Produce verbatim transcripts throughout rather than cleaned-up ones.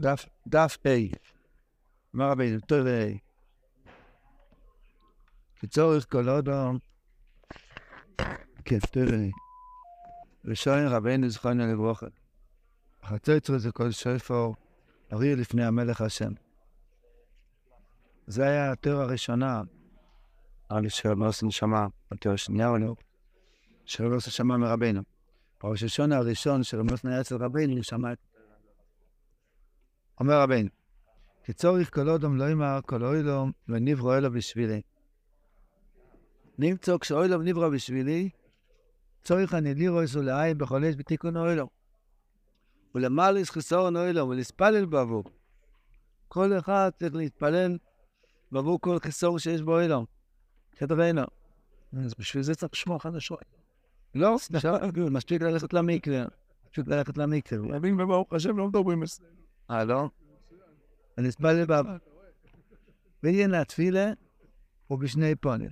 דף, דף A. מה רבינו? תור A. כצורך כל אדם, כן, תור A. ראשון רבינו זכרנו לברכה. החצוצר זה כל שופר, אריה לפני המלך השם. זה היה התור הראשונה, על שלמוס נשמה, התור השנייה או לא, שלמוס נשמה מרבינו. בראש השונה הראשון שלמוס נהיה אצל רבינו, נשמה את אומר רבינו, כצורך כל אדם לא יאמר כל אוילום ונברא אלו בשבילי. נמצא כשאוילום נברא בשבילי, צורך אני לירוס ולעין בחולש בתיקון אוילום. ולמעלה חסרון אוילום ולהתפלל בעבור. כל אחד צריך להתפלל בעבור כל חסרון שיש באוילום. כתבנו. אז בשביל זה צריך לשמוע חדשות. לא, מספיק ללכת למקווה. מספיק ללכת למקווה. רבים וברוך השם לא מדברים אצלנו. אה, לא? אני אספלל בעבור. בעניין התפילה ובשני פונים.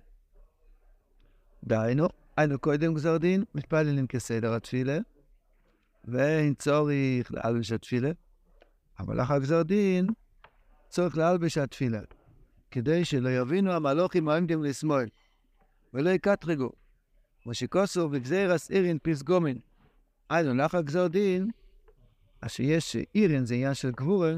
דהיינו, היינו קודם גזר דין, מתפללים כסדר התפילה, ואין צורך להלבש התפילה, אבל אחר גזר דין, צורך להלבש התפילה, כדי שלא יבינו המלוכים העומדים לשמאל, ולא יקטרגו, כמו שכוסו וגזיר אסירין פסגומין. היינו, לאחר גזר דין, אז שיש אירין זה עניין של גבורה,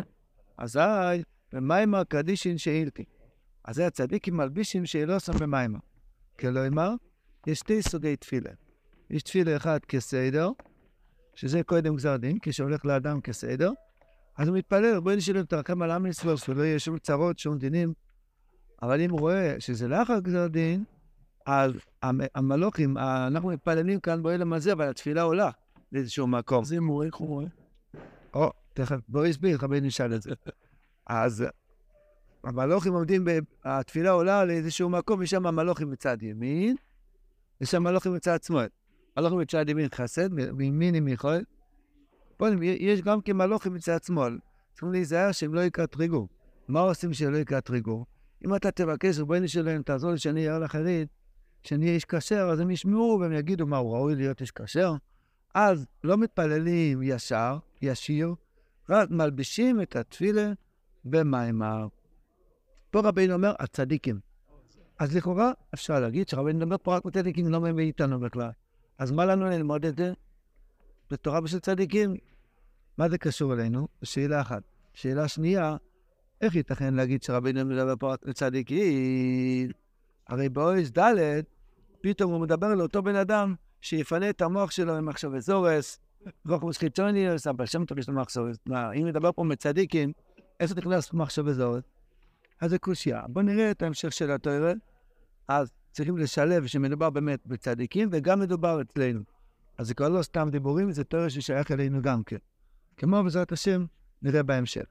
אזי במיימר קדישין שאילתי. אז זה הצדיקים מלבישים שאילו שם במיימר. כלומר, יש שתי סוגי תפילה. יש תפילה אחד כסדר, שזה קודם גזר דין, כשהולך לאדם כסדר, אז הוא מתפלל, בואי נשאלים תרחם על עם ישראל, שלא יהיה שום צרות, שום דינים. אבל אם הוא רואה שזה לאחר גזר דין, אז המלוכים, אנחנו מתפללים כאן בעולם הזה, אבל התפילה עולה לאיזשהו מקום. זה מורה, איך הוא רואה? או, תכף, בואי נסביר, חבי נשאל את זה. אז המלוכים עומדים, התפילה עולה לאיזשהו מקום, יש שם המלוכים מצד ימין, יש שם מלוכים מצד שמאל. מלוכים מצד ימין חסד, מימין עם יכול. פה יש גם כמלוכים מצד שמאל. צריכים להיזהר שהם לא יקטרגו. מה עושים שלא יקטרגו? אם אתה תבקש, רבונו שלהם, תעזור לי שאני אראה לאחרים, שאני אהיה איש כשר, אז הם ישמעו והם יגידו מה הוא ראוי להיות איש כשר. אז לא מתפללים ישר, ישיר, רק מלבישים את התפילה במיימר. פה רבינו אומר, הצדיקים. אז לכאורה אפשר להגיד שרבינו מדבר פה רק בצדיקים, לא מביא איתנו בכלל. אז מה לנו ללמוד את זה? בתורה בשביל צדיקים. מה זה קשור אלינו? שאלה אחת. שאלה שנייה, איך ייתכן להגיד שרבינו מדבר פה רק בצדיקים? הרי באויס ד' פתאום הוא מדבר לאותו בן אדם שיפנה את המוח שלו ממחשב זורס, רוחמוס חיצוניוס, אבל שם טוב יש לו מחשב. אם מדבר פה מצדיקים, איזה תכנס מחשב זורס? אז זה קושיה. בואו נראה את ההמשך של התורה. אז צריכים לשלב שמדובר באמת בצדיקים, וגם מדובר אצלנו. אז זה כבר לא סתם דיבורים, זה תורה ששייך אלינו גם כן. כמו בעזרת השם, נראה בהמשך.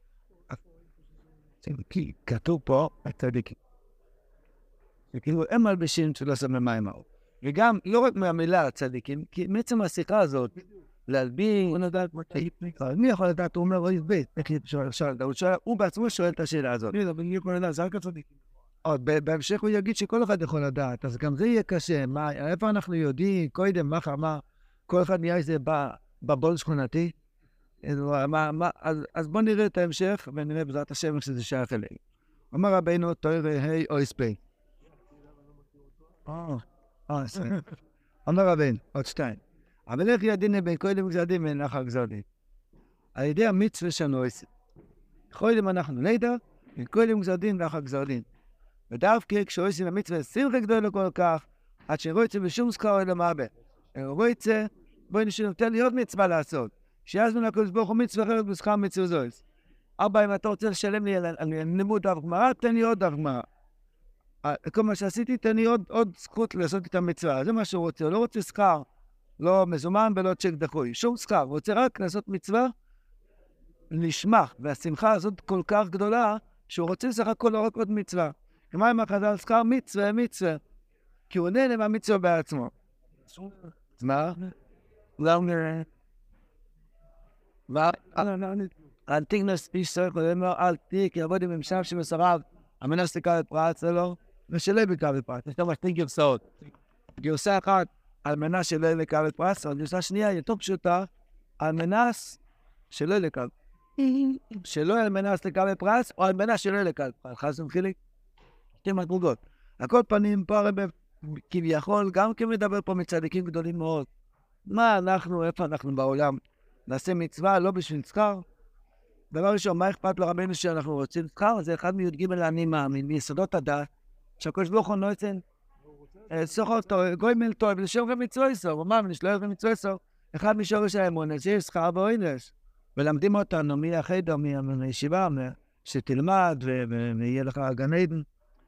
כי כתוב פה הצדיקים. וכאילו הם מלבישים שלא שם במים האור. וגם, לא רק מהמילה הצדיקים, כי בעצם השיחה הזאת, להלבין, הוא נדעת, מי יכול לדעת, הוא אומר, אוי, בית, הוא בעצמו שואל את השאלה הזאת. מי יכול לדעת, זה רק הצדיקים. עוד, בהמשך הוא יגיד שכל אחד יכול לדעת, אז גם זה יהיה קשה, מה, איפה אנחנו יודעים, קודם, מה חמה, כל אחד נהיה איזה בבול שכונתי, אז בוא נראה את ההמשך, ונראה בעזרת השם שזה שייך אלינו. אומר רבינו, תורה היי אויס בי. אה, אה, סליחה. אומר רבינו, עוד שתיים. אבל איך ידין בין קודם גזר דין ובין אחר גזר דין? על ידי המצווה שלנו עושים. קודם אנחנו נדע, בין קודם גזר דין ואחר גזר דין. ודווקא כשעושים המצווה שמחה גדולה כל כך, עד שרויצה בשום שכר אלא מעבה. רויצה, בואי נשאר נותן לי עוד מצווה לעשות. שיעזנו לקודש ברוך הוא מצווה אחרת בשכר מצווה זויס. אבא, אם אתה רוצה לשלם לי על לימוד דף גמרא, תן לי עוד דף גמרא. כל מה שעשיתי, תן לי עוד, עוד זכות לעשות את המצווה. זה מה שהוא רוצה, הוא לא רוצה שכר. לא מזומן ולא צ'ק דחוי. שום שכר, הוא רוצה רק לעשות מצווה לשמח. והשמחה הזאת כל כך גדולה, שהוא רוצה לסך הכל לא רק עוד מצווה. כלומר, אם החז"ל שכר מצווה, מצווה. כי הוא נהנה מהמצווה בעצמו. אז מה? לא נראה. מה? אנטיגנוס איש צריך לדבר, אל תיק, יעבוד עם ממשל שמסרב, המנס לקבל פרט שלו, ושלא בקבל פרט. יש לנו שתי גרסאות. גרסה אחת, על מנס שלא לקבל פרט, אבל גרסה שנייה, יותר פשוטה, על מנס שלא לקבל. שלא על מנת לקבל פרס, או על מנת שלא לקבל פרס, חס וחלילה. שתי מדרגות. על כל פנים, פה הרב כביכול, גם כן מדבר פה מצדיקים גדולים מאוד. מה אנחנו, איפה אנחנו בעולם? נעשה מצווה, לא בשביל שכר. דבר ראשון, מה אכפת לרבנו שאנחנו רוצים שכר? זה אחד מי"ג אני מאמין, מיסודות הדת, שהקדוש ברוך הוא נותן סוחר טוב, גוי טוב, לשם גם מצווה איסור, הוא מאמין, שלא יראה מצווה איסור. אחד משורש האמונה, שיש שכר ועונש. ולמדים אותנו מהחדר, מהישיבה, שתלמד ויהיה לך גן עדן.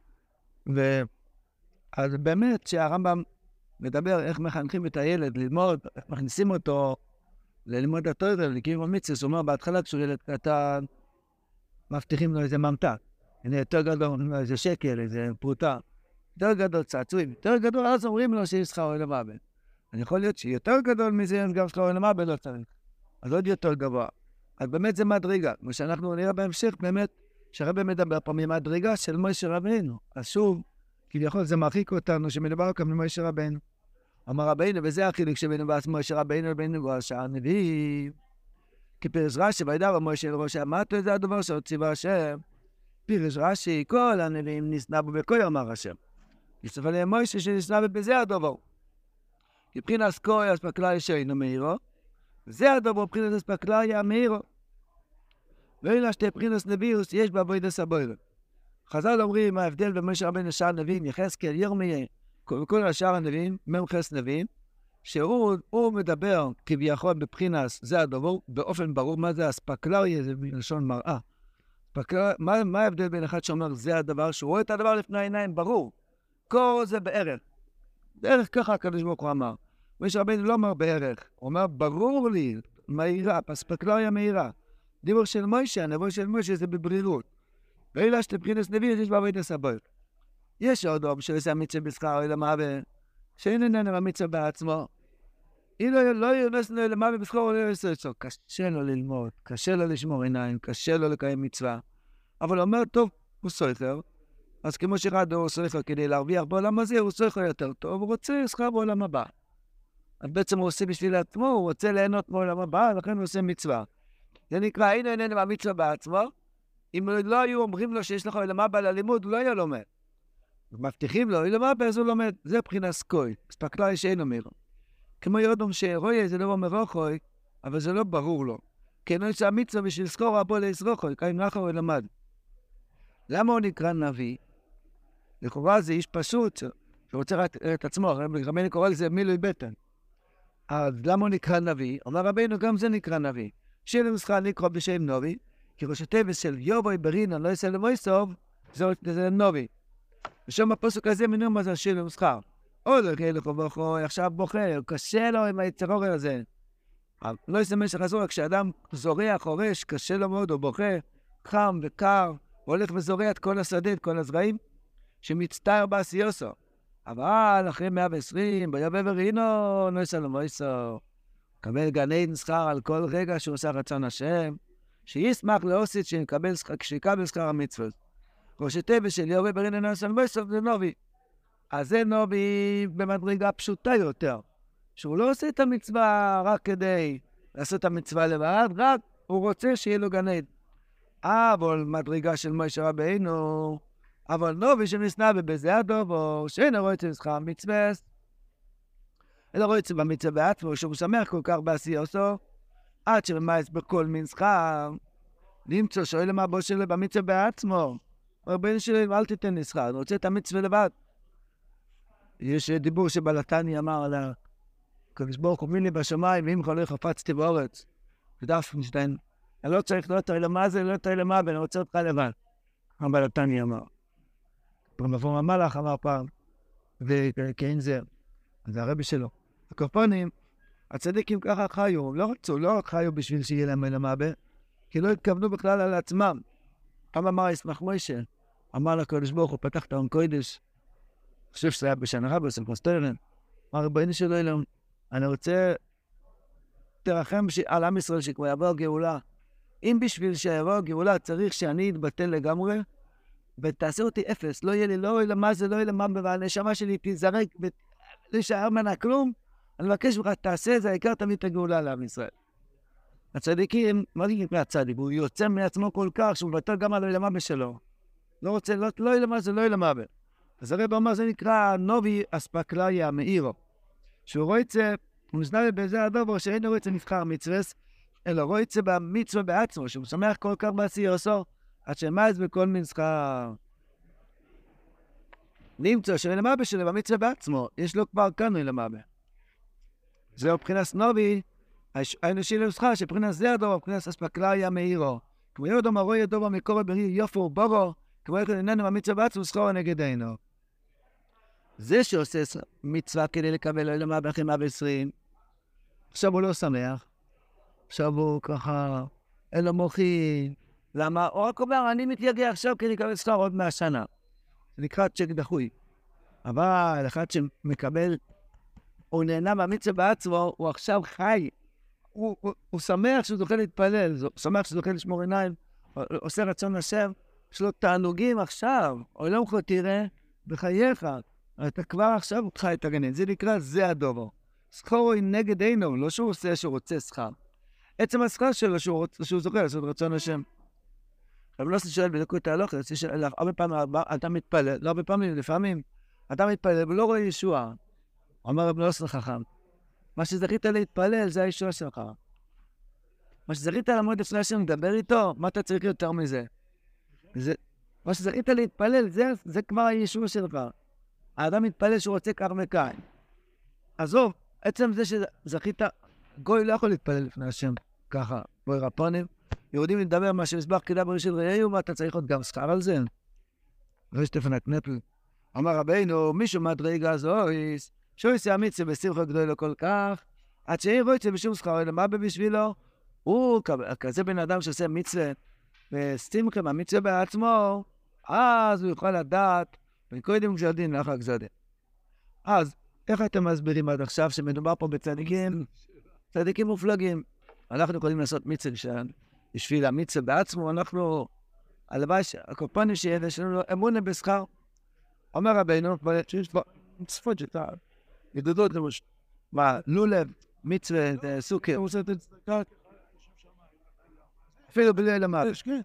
אז באמת שהרמב"ם מדבר איך מחנכים את הילד ללמוד, איך מכניסים אותו ללמוד התורה, לקיום המצוות. הוא אומר, בהתחלה כשהוא ילד קטן, מבטיחים לו איזה ממתק. הנה יותר גדול, איזה שקל, איזה פרוטה. יותר גדול צעצועים, יותר גדול, אז אומרים לו שיש שכר עולם הבא. אני יכול להיות שיותר גדול מזה, גם שכר עולם הבא לא צריך. אז עוד יותר גבוה. אז באמת זה מדרגה. כמו שאנחנו נראה בהמשך, באמת, שהרבא מדבר פה ממדרגה של משה רבינו. אז שוב, כביכול זה מרחיק אותנו שמדבר כאן ממשה רבינו. אמר רבינו, וזה החילוק שבינו ועש משה רבינו לבינו ועשה הנביאים. כי פירש רש"י, וידבר משה לראש המטה, זה הדבר שהוציאה השם. פירש רש"י, כל הנביאים נסנבו בכל אמר השם. יצטרף עליהם משה שנסנבו בזה הדבר. כי מבחינת כוי אספקלריה שאינו מאירו, זה הדבר מבחינת אספקלריה מאירו. ואלה שתי מבחינת נביאוס יש בעבודת הבורא. חז"ל אומרים מה ההבדל בין משה רבינו לשאר הנביאים, יחזקאל, ירמיה, וכל השאר הנביאים, ממחס נביאים, שהוא מדבר כביכול מבחינת זה הדבר, באופן ברור. מה זה אספקלריה? זה מלשון מראה. מה, מה ההבדל בין אחד שאומר זה הדבר, שהוא רואה את הדבר לפני העיניים, ברור. כל זה בערך. בערך ככה הקדוש ברוך הוא אמר. משה רבינו לא אמר בערך, הוא אמר ברור לי, מהירה, אספקלריה מהירה. דיבור של משה, הנבוא של משה זה בברירות. ואלה שתי מבחינת נביאים יש בעבודת הבורא. יש עוד אום שעושה מצווה בשכר אלא מוות, שאין איננו המצווה בעצמו. אם לא יונס לו למוות בשכר, הוא לא יעשה את זה. קשה לו ללמוד, קשה לו לשמור עיניים, קשה לו לקיים מצווה. אבל הוא אומר, טוב, הוא סוחר. אז כמו שאחד הוא סוחר כדי להרוויח בעולם הזה, הוא סוחר יותר טוב, הוא רוצה שכר בעולם הבא. אז בעצם הוא עושה בשביל עצמו, הוא רוצה ליהנות בעולם הבא, לכן הוא עושה מצווה. זה נקרא, הנה איננו המצווה בעצמו. אם לא היו אומרים לו שיש לך עולם הבא ללימוד, הוא לא היה לומד. מבטיחים לו, עולם הבא, אז הוא לומד. זה מבחינת סקוי, אספקלריה שאין אומר. כמו יודום שרואה, זה לא אומר רוחוי, אבל זה לא ברור לו. כי לא יש המצווה בשביל סקור רבו להסרוחוי, כאין נחר הוא למד. למה הוא נקרא נביא? לכאורה זה איש פשוט, שרוצה רק את עצמו, רבינו קורא לזה מילוי בטן. אז למה הוא נקרא נביא? אומר רבינו, גם זה נקרא נביא. שאלה מסחר נקרא בשם נובי, כי ראש הטבע של יובוי ברינה לא יעשה לבוי סוב, זה נובי. ושום הפסוק הזה מנום מה זה שאלה מסחר. או לא כאלה כבוכו, עכשיו בוחר, קשה לו עם היצרור הזה. לא יעשה משך הזורק, כשאדם זורע, חורש, קשה לו מאוד, הוא בוחר, חם וקר, הוא הולך וזורע את כל השדה, את כל הזרעים, שמצטער בעשיוסו. אבל אחרי מאה ועשרים, ביובי ברינו, לא יעשה לבוי סוב. קבל גן עדן שכר על כל רגע שהוא עושה רצון השם, שישמח לעושית שיקבל שכר המצוות. ראש הטבע של יובי ברינו נעשה לבוי סוב זה נובי. אז זה נובי במדרגה פשוטה יותר, שהוא לא עושה את המצווה רק כדי לעשות את המצווה לבד, רק הוא רוצה שיהיה לו גן עדן. אבל מדרגה של משה רבינו, אבל נובי שנסנבא בזה הדובר, שאינו רואה אצל שכר מצווה, אלא רואה אצל במצווה בעצמו, שהוא שמח כל כך בעשייתו, עד שממייס בכל מין שכר, למצוא שואל למה בו שלו במצווה בעצמו, רבינו שלי, אל תיתן לי שכר, אני רוצה את המצווה לבד. יש דיבור שבלתני אמר על הקדוש ברוך הוא מיני בשמיים, ואם כל איך חפצתי באורץ, ודף משתן, אני לא צריך, לא תראי למה זה, לא תראי למה, ואני רוצה אותך לבד. הבלתני אמר. פרמפורם המלאך אמר פעם, וכן זה, זה הרבי שלו. הקורפונים, הצדיקים ככה חיו, לא רצו, לא חיו בשביל שיהיה להם למעבה, כי לא התכוונו בכלל על עצמם. פעם אמר ישמח מוישה, אמר לקדוש ברוך הוא, פתח את ההון קודש, חושב שזה היה בשנה רבה, בסמכו סטרן. אמר רבינו של אלוהים, אני רוצה תרחם על עם ישראל שכבר יבוא גאולה. אם בשביל שיבוא גאולה צריך שאני אתבטל לגמרי, ותעשה אותי אפס, לא יהיה לי, לא יהיה למה זה, לא יהיה למה, והנשמה שלי תזרק ולהישאר ממנה כלום, אני מבקש ממך, תעשה את זה, העיקר תמיד את הגאולה לעם ישראל. הצדיקים, מה זה נקרא הצדיק? הוא יוצא מעצמו כל כך שהוא מוותר גם על הילמה שלו. לא רוצה, לא, לא ילמה, זה לא ילמה. אז הרב אומר, זה נקרא נובי אספקלאיה מאירו. שהוא רואה את זה, הוא נזנר בזה הדבר שאין רואה את זה נבחר מצווס, אלא רואה את זה במצווה בעצמו, שהוא שמח כל כך בעשי עשור, עד שמייז בכל מנסחר. נמצא שלילמה בשביל במצווה בעצמו, יש לו כבר כאן לילמה. זהו מבחינת נובי, האנושי לנוסחה שבחינת זה הדבר, מבחינת אספקלאיה מאירו. כמו יהודו מרוי ידובה מקורו ברי יופו ובורו, כמו יחד איננו במצווה בעצמו, סחור נגדנו. זה שעושה מצווה כדי לקבל אילמה באחרי מאה ועשרים, עכשיו הוא לא שמח, עכשיו הוא ככה, אין לו מוחין. למה? הוא רק אומר, אני מתייגע עכשיו כדי לקבל שכר עוד מאה שנה. זה נקרא צ'ק דחוי. אבל אחד שמקבל, הוא נהנה מהמצווה בעצמו, הוא עכשיו חי. הוא, הוא, הוא שמח שהוא זוכה להתפלל, הוא שמח שהוא זוכה לשמור עיניים, הוא עושה רצון השם, יש לו תענוגים עכשיו, עולם לך תראה בחייך. אתה כבר עכשיו חי את הגנן, זה נקרא זה הדובר. שכר הוא נגד עינו, לא שהוא עושה שהוא רוצה שכר. עצם השכר שלו שהוא, רוצ, שהוא זוכה לעשות רצון השם. אבל לא שואל בדקו את ההלוך, הרבה פעמים אתה מתפלל, לא הרבה פעמים, לפעמים, אתה מתפלל ולא רואה ישוע. אומר רב נוסן חכם, מה שזכית להתפלל זה הישוע שלך. מה שזכית לעמוד לפני השם, לדבר איתו, מה אתה צריך יותר מזה? זה, מה שזכית להתפלל, זה, זה כבר הישוע שלך. האדם מתפלל שהוא רוצה כך וכך. עזוב, עצם זה שזכית, גוי לא יכול להתפלל לפני השם ככה, בואי רפונים. יהודים לדבר מה שמסבח כדה בראשית ראיהו, מה אתה צריך עוד גם שכר על זה? ראש תפנת נפל. אמר רבינו, מישהו מדרגה הזויס, שהוא יעשה המצווה בשמחה גדול לו כל כך, עד שאין רואה את זה בשום שכר, אלא מה בשבילו? הוא כזה בן אדם שעושה מצווה, ושמחה מהמצווה בעצמו, אז הוא יוכל לדעת, וקודם גזרדין לאחר גזרדין. אז, איך אתם מסבירים עד עכשיו שמדובר פה בצדיקים? צדיקים מופלגים. אנחנו יכולים לעשות מצווה בשביל המצווה בעצמו, אנחנו, הלוואי שהקופונים שיהיה, יש לנו אמונה בשכר. אומר רבינו, שיש כבר מצוות שאתה, ידודות למשל, מה, לולב, מצווה, סוכר. הוא עושה את הצדקה, אפילו בלי למד. כן.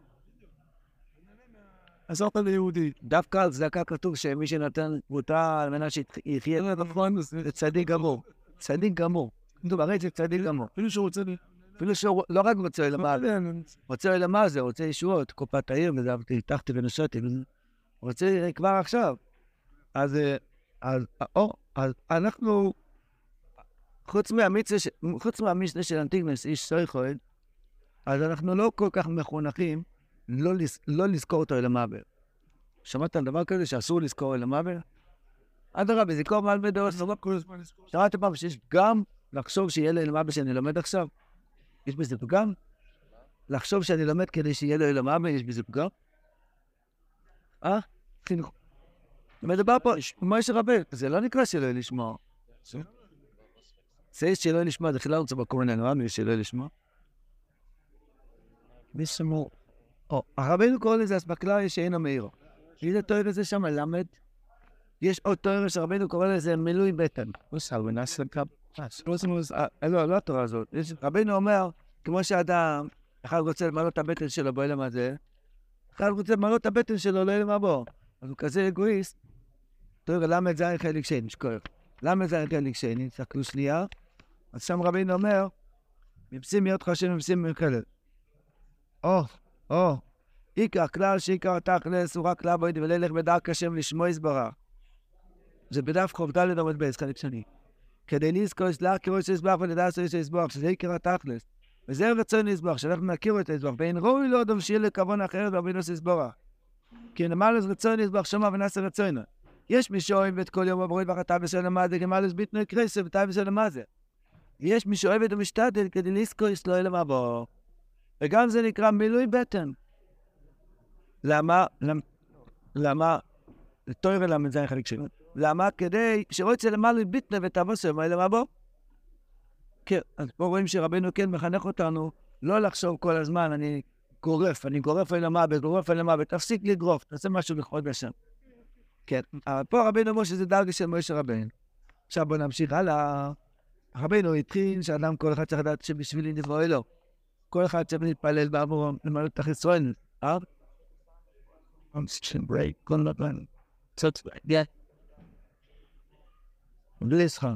עזרת ליהודי. דווקא על צדקה כתוב שמי שנתן פרוטה על מנת שיחיה זה צדיק גמור. צדיק גמור. כתוב, הרי זה צדיק גמור. אפילו שהוא רוצה... אפילו שהוא לא רק רוצה למד, רוצה למד זה, רוצה ישועות, קופת העיר, וזה תחתי ונשאתי, רוצה כבר עכשיו. אז, אז, או, אז אנחנו, חוץ מהמצווה, חוץ מהמשנה של אנטיגנס, איש סויכויד, אז אנחנו לא כל כך מחונכים לא, לא לזכור אותו אל המעבר. שמעת על דבר כזה שאסור לזכור אל המעבר? אדרבה, זכור מעל בדעות, שמעת פעם שיש גם לחשוב שיהיה לי אל המעבר שאני לומד עכשיו? יש בזה פגם? לחשוב שאני לומד כדי שיהיה לו אל המעבר, יש בזה פגם? אה? חינוך. מדבר פה, משה רבנו, זה לא נקרא שלא לשמוע. זה שלא לשמוע, זה חילה רוצה בקורונה, נראה מי שלא לשמוע. מי שמור. או, הרבנו קורא לזה אספקלאיה שאינו מאירו. איזה תואר הזה שם למד? יש עוד תואר שרבנו קורא לזה מילוי בטן. לא סל, ונעשה קאפ. לא, לא התורה הזאת. רבנו אומר, כמו שאדם, אחד רוצה למלוא את הבטן שלו באלם הזה, אחד רוצה למלוא את הבטן שלו לאלם הבא. אז הוא כזה אגואיסט. תואר, למה את זה היה חלק שני? שכוח. למה את זה היה חלק שני? תסתכלו שנייה. אז שם רבנו אומר, מבשים להיות חשב, מבשים מרכלת. או, או, עיקר כלל שעיקר תכלס הוא רק לעבוד וללך בדרך השם לשמו יסברך. זה בדף חוב ד' עמוד ב', חלק שני. כדי לזכור יסלח כראש יסברך ולדע שיש יסברך, שזה עיקר התכלס. וזה רצון יסברך, שאנחנו נכירו את יסברך, ואין ראוי לו אדם שיהיה לכוון אחרת והרבינו יסברך. כי נמלס רצון יסברך שמה ונעשה רצונו. יש מי שאוהב את כל יום הברית וחטא בשל המזה, גמלס ביטנו קריסה ותאי בשל המזה. יש מי שאוהב את המשתדל כדי לזכור יסלו אל המבוא. וגם זה נקרא מילוי בטן. למה? למה? תואר אלא מזה חלק שני. למה? כדי שרוצה למלוי ביטנה ותבוסם אל המבוא. כן, אז פה רואים שרבנו כן מחנך אותנו לא לחשוב כל הזמן, אני גורף, אני גורף אל המוות, גורף אל המוות, תפסיק לגרוף, תעשה משהו לכבוד השם. כן, אבל פה רבנו אומר שזה דרגה של משה רבנו. עכשיו בוא נמשיך הלאה. רבנו התחיל שאדם כל אחד צריך לדעת שבשבילי נברוא אלו. כל אחד צריך להתפלל בעבורם, למלא את החיסרון. אה? I'm still break. כל נתן. קצת, כן. בלי שכר.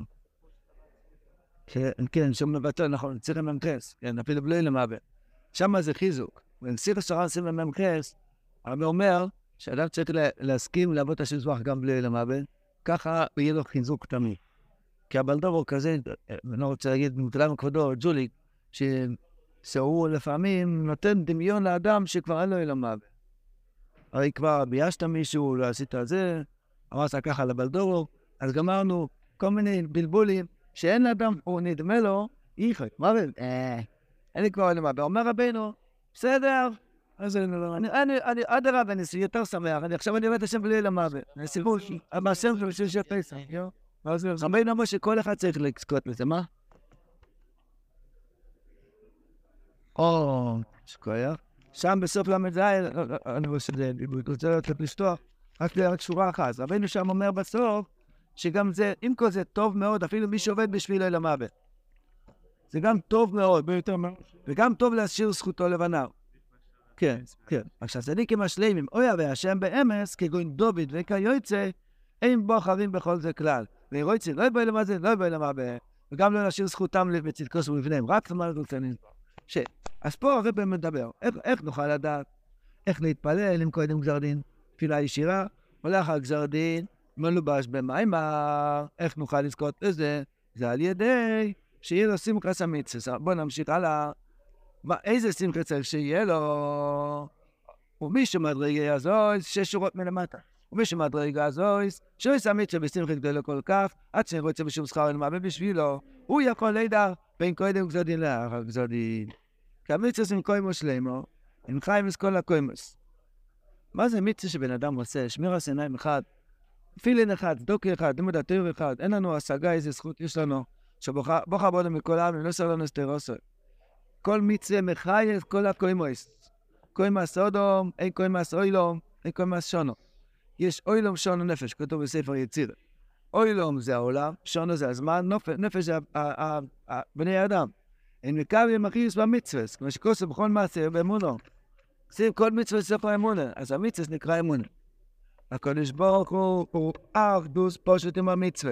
כן, שם מבטל, נכון, צריך לממחס, כן, אפילו בלי למעבד. שם זה חיזוק. ונסיך השרה שים לממחס, הרב אומר שאדם צריך להסכים לעבוד את השזבח גם בלי למעבד, ככה יהיה לו חיזוק תמיד. כי הבלדור כזה, אני לא רוצה להגיד, מוטלם כבודו, ג'ולי, שהוא לפעמים נותן דמיון לאדם שכבר אין לו אל המעבד. הרי כבר ביישת מישהו, לא עשית את זה, אמרת ככה לבלדור, אז גמרנו כל מיני בלבולים, שאין לאדם, הוא נדמה לו, איך, מה זה? אה, אין לי כבר אל המעבד. אומר רבינו, בסדר, אז אין לו... אני, אני, אני, עד הרב, אני יותר שמח, אני עכשיו אני רואה את השם בלי אל המעבד. אני סיפור, המעשר של בשביל של פסח, יו? מה זה? רבינו אומר שכל אחד צריך לזכות לזה, מה? או, שקויה. שם בסוף למד אני רואה שזה, אני רוצה לתת לשטוח, רק רק שורה אחת. רבינו שם אומר בסוף, שגם זה, אם כל זה טוב מאוד, אפילו מי שעובד בשבילו אל המוות. זה גם טוב מאוד, ביותר מאוד. וגם טוב להשאיר זכותו לבניו. כן, כן. עכשיו, צדיקים השלימים, אוי אבי השם באמס, כגון דוד וכיוצא, אין בוחרים בכל זה כלל. וירוצי, לא יבוא למה זה, לא יבוא למה ב... וגם לא להשאיר זכותם בצדקוס ובבניהם, רק למה רוצנים. ש... אז פה הרב מדבר, איך, איך נוכל לדעת, איך להתפלל עם קודם גזר דין, תפילה ישירה, הולך על גזר דין, מלובש במיימר, איך נוכל לזכות לזה? זה על ידי שיהיה לו שמחת המצווה. בואו נמשיך הלאה. מה, איזה שמחה צריך שיהיה לו? ומי שמדרגה הזויס, שש שורות מלמטה. ומי שמדרגה הזויס, שויס המצווה בשמחה גדולה כל כך, עד שאני רוצה בשום שכר ולמעבד בשבילו, הוא יכול לידר בין קודם גזר דין לאחר גזר דין. כי המצווה עם קוימוס שלמו, עם חיים כל הקוימוס. מה זה מצווה שבן אדם עושה? שמירת עיניים אחד, תפילין אחד, דוקי אחד, לימוד התורה אחד, אין לנו השגה, איזה זכות יש לנו, שבוכה בודה מכל העם, לא עושה לנו סטרוסות. כל מצווה מחי את כל הקוימוס. קוימוס אודום, אין קוימוס אוילום, אין קוימוס שונו. יש אוילום שונו נפש, כתוב בספר יציר. אוילום זה העולם, שונו זה הזמן, נפש זה בני האדם. אין מקווים מחיוס במצווה, כמו שכוסו בכל מעשה באמונו. שים כל מצווה ספר אמונה, אז המצווה נקרא אמונה. הקדוש ברוך הוא הוא אחדוס פשוט עם המצווה.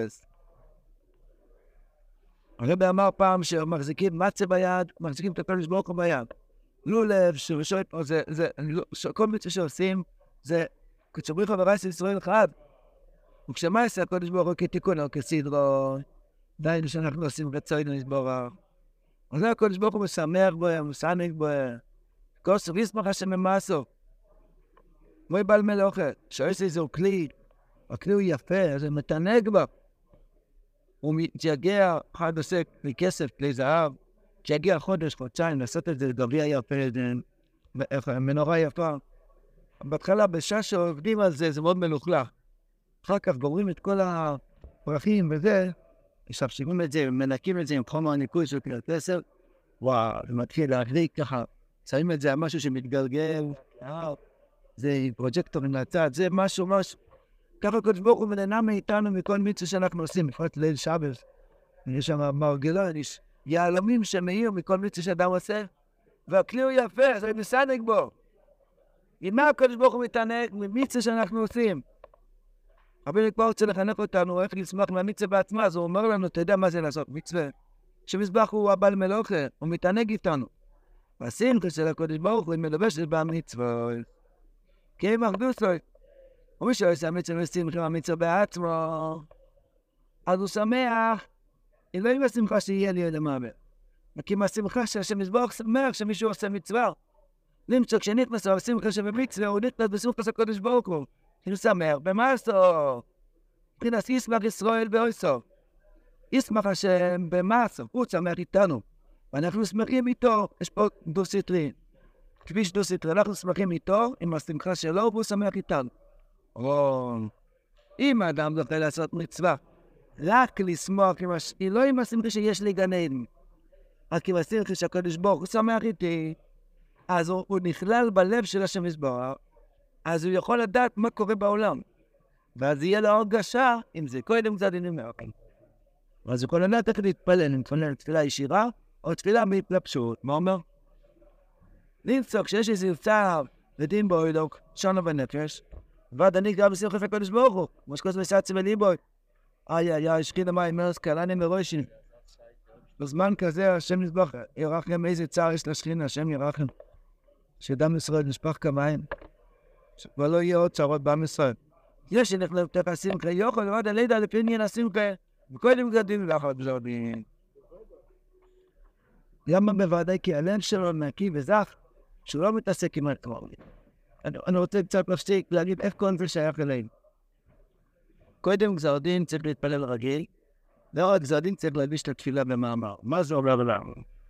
הרבי אמר פעם שמחזיקים מצה ביד, מחזיקים את הקדוש ברוך הוא ביד. לא לב, שרשות, או זה, זה, כל מצווה שעושים, זה כשבריך חברי של ישראל אחד. וכשמה יעשה הקדוש ברוך הוא כתיקון או כסדרו, דיינו שאנחנו עושים רצוינו נסבורה. אז זה הקדוש ברוך הוא משמח בו, משענג בו. כוסו ויסמך השם ממעשו. כמו בעל מלאכת, שעושה איזו כלי, הכלי הוא יפה, זה מתענג בו. הוא מתייגע, אחד עושה כלי כסף, כלי זהב, שיגיע חודש, חודשיים, לעשות את זה גביע יפה, מנורה יפה. בהתחלה, בשעה שעובדים על זה, זה מאוד מלוכלך. אחר כך גומרים את כל הפרחים וזה, משפשפים את זה, מנקים את זה עם חומר הניקוי של כלי כסף, וואו, זה מתחיל להחליק ככה, שמים את זה על משהו שמתגלגל, זה פרוג'קטורים לצד, זה משהו, משהו. ככה הקדוש ברוך הוא מנהנה מאיתנו מכל מצווה שאנחנו עושים, בפרט ליל שבת. יש שם מרגלון, יש יהלומים שמאיר מכל מצווה שאדם עושה, והכלי הוא יפה, זה מסענג בו. עם מה הקדוש ברוך הוא מתענג? ממצווה שאנחנו עושים. רבי כבר רוצה לחנך אותנו איך לשמח מהמצווה בעצמה, אז הוא אומר לנו, אתה יודע מה זה לעשות מצווה? שמזבח הוא הבעל מלאכה, הוא מתענג איתנו. והשמחה של הקדוש ברוך הוא מלובשת במצווה. כי הם אחדות לו. ומי שעושה המצווה ושמחה מהמצווה בעצמו, אז הוא שמח, אם לא עם השמחה שיהיה לי אל המוות. כי עם השמחה שהשם יזבח שמח שמישהו עושה מצווה. למצוא כשנכנס לו השמחה שבמצווה, הוא נכנס בשמחה של הקדוש ברוך הוא. הוא שמח במעשו. מבחינת ישמח ישראל באויסו. ישמח השם במעשו, הוא שמח איתנו. ואנחנו שמחים איתו, יש פה דו סטרי. כביש דו סטרי, אנחנו שמחים איתו, עם השמחה שלו, והוא שמח איתנו. או, אם האדם זוכה לעשות מצווה, רק לשמוח, היא לא עם השמחה שיש לי גן עדן, רק עם השמחה שהקדוש ברוך הוא שמח איתי, אז הוא, הוא נכלל בלב של השם יזבח, אז הוא יכול לדעת מה קורה בעולם. ואז יהיה לו הרגשה, אם זה קודם קצת אני אומר. אז הוא יכול לדעת איך להתפלל, אם תפלל תפילה ישירה, או תפילה בהתלבשות. מה אומר? למצוא, כשיש איזה צער, לדין בו, אלוק, שונה בנפש, ועד אני גם בשמחה לקודש ברוך הוא, כמו שכוס מסעצי בליבוי. איי, איי, איי, שכין המים, מרס קלני מרוישין. בזמן כזה, השם נזבח, ירחם איזה צער יש לשכינה, השם ירחם. שדם ישראל נשפך כמים, שכבר לא יהיה עוד צערות בעם ישראל. יש שנכלב תך השמחה, יוכל ועד הלידה לפעניין השמחה, וקודם גדים לאחר בזרדים. למה בוודאי כי הלב שלו נקי וזך, שהוא לא מתעסק כמעט כמו לי. אני, אני רוצה קצת להפסיק להגיד איך כל זה שייך אלינו. קודם גזר דין צריך להתפלל רגיל, לא רק גזר דין צריך להגיש את התפילה במאמר. מה זה אומר לנו?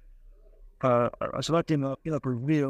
השלטים הקרובים,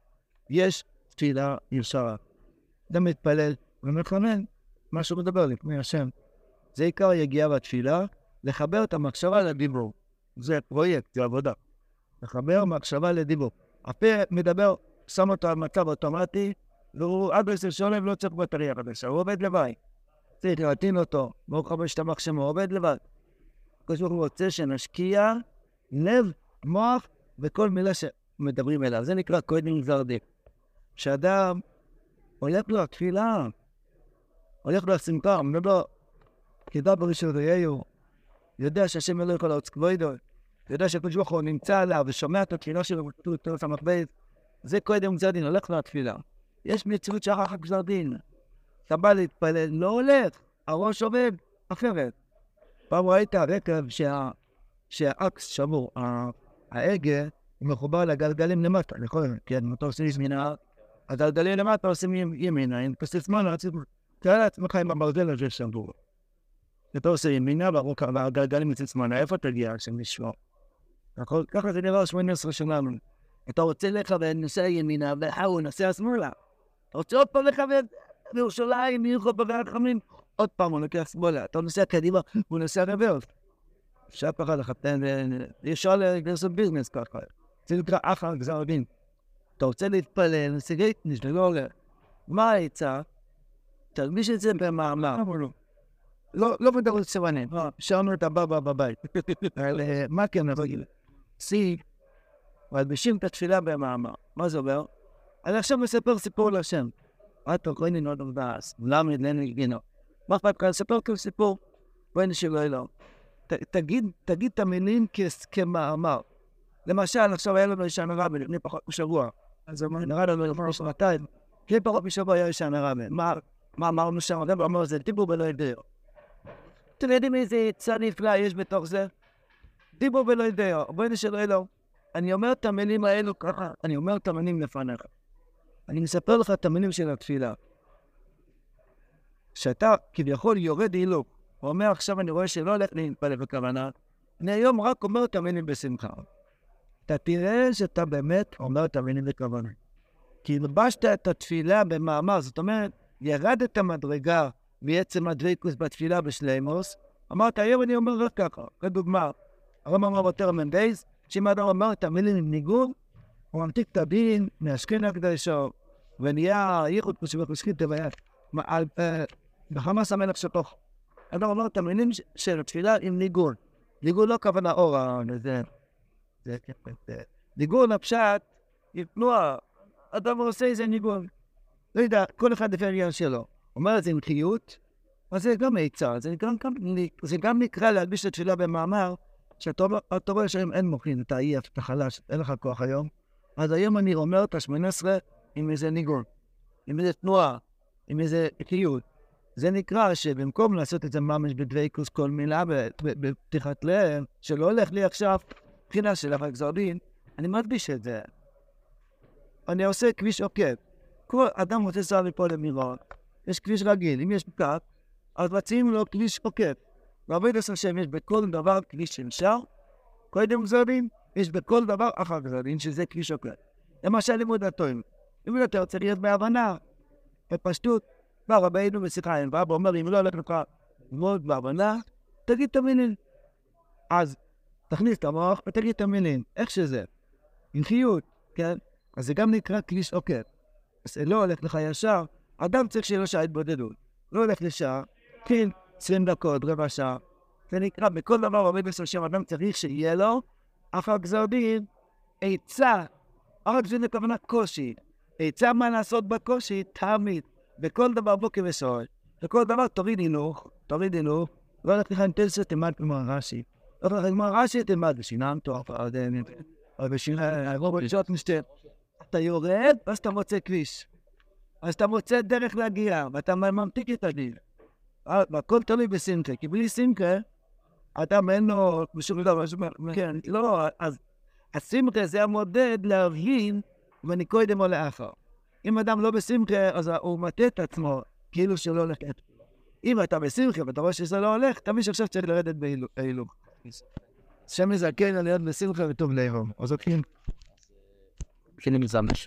יש תפילה ישרה. אדם מתפלל ומתחנן, מה שהוא מדבר לפני השם. זה עיקר יגיע בתפילה, לחבר את המחשבה לדיבור. זה פרויקט, זה עבודה. לחבר מחשבה לדיבור. הפה מדבר, שם אותו על מצב אוטומטי, והוא עד עשר שולם לא צריך בטריה חדשה, הוא עובד לבד. צריך להתאים אותו, ברוך חמש תמך שמו, הוא עובד לבד. כשהוא רוצה שנשקיע לב, מוח וכל מילה שמדברים אליו. זה נקרא קודם גזר דין. שאדם הולך לו התפילה, הולך לו השמחה, אומר לו, כדאי בראשון ראיהו, יודע שהשם אלוהיך לעוץ כבודו, יודע שהקדוש ברוך הוא נמצא עליו ושומע את התפילה שלו וכתוב את תורס המחבאת. זה קודם גזר דין, הולך לו התפילה. יש מציאות שאחר כך גזר דין. אתה בא להתפלל, לא הולך, הראש עובד אחרת. פעם ראית רכב שה... שהאקס שבור, ההגה הוא מחובר לגלגלים למטה, נכון? כן, אתה עושה ימינה, הגלגלים למטה עושים ימינה, אם פסט זמן, תראה לעצמך עם הברזל הזה שבור. אתה עושה ימינה והגלגלים יוצאים שמאלה, איפה תגיע שם לשמור? ככה זה נראה שמונה עשרה שלנו. אתה רוצה לכוון, נוסע ימינה, והוא נוסע שמאלה. אתה רוצה עוד פעם לכוון, בירושלים, מירחוב בגלל חמים, עוד פעם הוא לוקח שמאלה. אתה נוסע קדימה, הוא נוסע רוורס. אפשר ככה לחתן, אפשר לעשות ביזנס ככה. זה נקרא אחר גזר דין. אתה רוצה להתפלל, נסיגי תניש, לא הולך. מה העצה? תלביש את זה במאמר. לא, לא בדרות סבנים. שרנו את הבא בבית. מה כן נגיד? סי, מלבישים את התפילה במאמר. מה זה אומר? אני עכשיו מספר סיפור להשם. אתה קוראים לי נודו ובאס. למה נדלנו לגינו? מה אכפת כאן? ספר כל סיפור. בואי נשאיר לו אלו. תגיד, תגיד את המילים כמאמר. למשל, עכשיו היה לנו ישן הרבי, לפני פחות משבוע. אז נראה לנו לפני שנתיים. לפני פחות משבוע היה ישן הרבי. מה אמרנו שם? הרבי אמר, זה דיבור ולא יודע. אתם יודעים איזה עצה נפלאה יש בתוך זה? דיבור ולא יודע. בואי נשאיר לו אלו. אני אומר את המילים האלו ככה. אני אומר את המילים לפניך. אני מספר לך את המילים של התפילה. שאתה כביכול יורד אילוק. הוא אומר, עכשיו אני רואה שלא הולך להתפלל בכוונה. אני היום רק אומר את המילים בשמחה. אתה תראה שאתה באמת אומר את המילים בכוונה. כי לבשת את התפילה במאמר, זאת אומרת, ירדת המדרגה מעצם הדבקות בתפילה בשלימוס, אמרת, היום אני אומר רק ככה. כדוגמה, הרב אמר יותר מנדייז, שאם אדם אומר את המילים עם ניגון, הוא ממתיק את הדין מהשכין הקדשו, ונהיה ייחוד פשוט ושכין תביית, בחמאס המלך שתוך. אדם אומר את המילים של התפילה עם ניגון. ניגון לא כוונה אורה, זה... ניגון הפשט, תנועה, אדם עושה איזה ניגון. לא יודע, כל אחד לפי העניין שלו. אומר את זה עם חיות, אז זה גם עצה, זה גם, זה גם נקרא להלביש את התפילה במאמר, שאתה רואה שאם אין מוכין, אתה עייף, אתה חלש, אין לך כוח היום, אז היום אני אומר את השמונה עשרה עם איזה ניגון, עם איזה תנועה, עם איזה חיות. זה נקרא שבמקום לעשות את זה ממש בדבקות כל מילה, בפתיחת לב, שלא הולך לי עכשיו, מבחינה של גזר דין, אני מדביש את זה. אני עושה כביש עוקף. כל אדם רוצה לנסוע מפה למירון, יש כביש רגיל, אם יש פקק, אז מציעים לו כביש עוקף. ועבוד עשר שם יש בכל דבר כביש שנשר, קודם גזר דין, יש בכל דבר אחר גזר דין, שזה כביש עוקף. למשל לימוד התוים. לימוד התוים צריך להיות בהבנה, בפשטות. בא רבינו בשיחה עם ואבא אומר, אם לא הולך לך ללמוד בהבנה, תגיד את המילים. אז תכניס את המוח ותגיד את המילים. איך שזה? עם חיות, כן? אז זה גם נקרא כביש עוקף. אז לא הולך לך ישר, אדם צריך שיהיה לו שעה התבודדות. לא הולך לשעה, כן, עשרים דקות, רבע שעה. זה נקרא, בכל דבר עומד בסוף שם, אדם צריך שיהיה לו, אחר גזר דין, עצה רק זה לכוונה קושי. עצה מה לעשות בקושי, תמיד. בכל דבר בוקר וסוער. בכל דבר תוריד הילוך, תוריד הילוך, לא הולך לך עם תלסה, תלמד כמו רש"י. לא הולך כמו רש"י, תלמד בשינם טוב, או בשינם, או בשעות משתר. אתה יורד, ואז אתה מוצא כביש. אז אתה מוצא דרך להגיע, ואתה ממתיק את הדין. הכל תלוי בשמחה, כי בלי שמחה, אדם אין לו בשום דבר, כן, לא, אז השמחה זה המודד להבין ואני קודם או לאחר. אם אדם לא בשמחה, אז הוא מטה את עצמו, כאילו שלא הולך. אם אתה בשמחה ואתה רואה שזה לא הולך, תמיד שעכשיו צריך לרדת בהילוך. שם לזכן על להיות בשמחה וטוב לאהוב. אז אוקיי. כן, מזמש.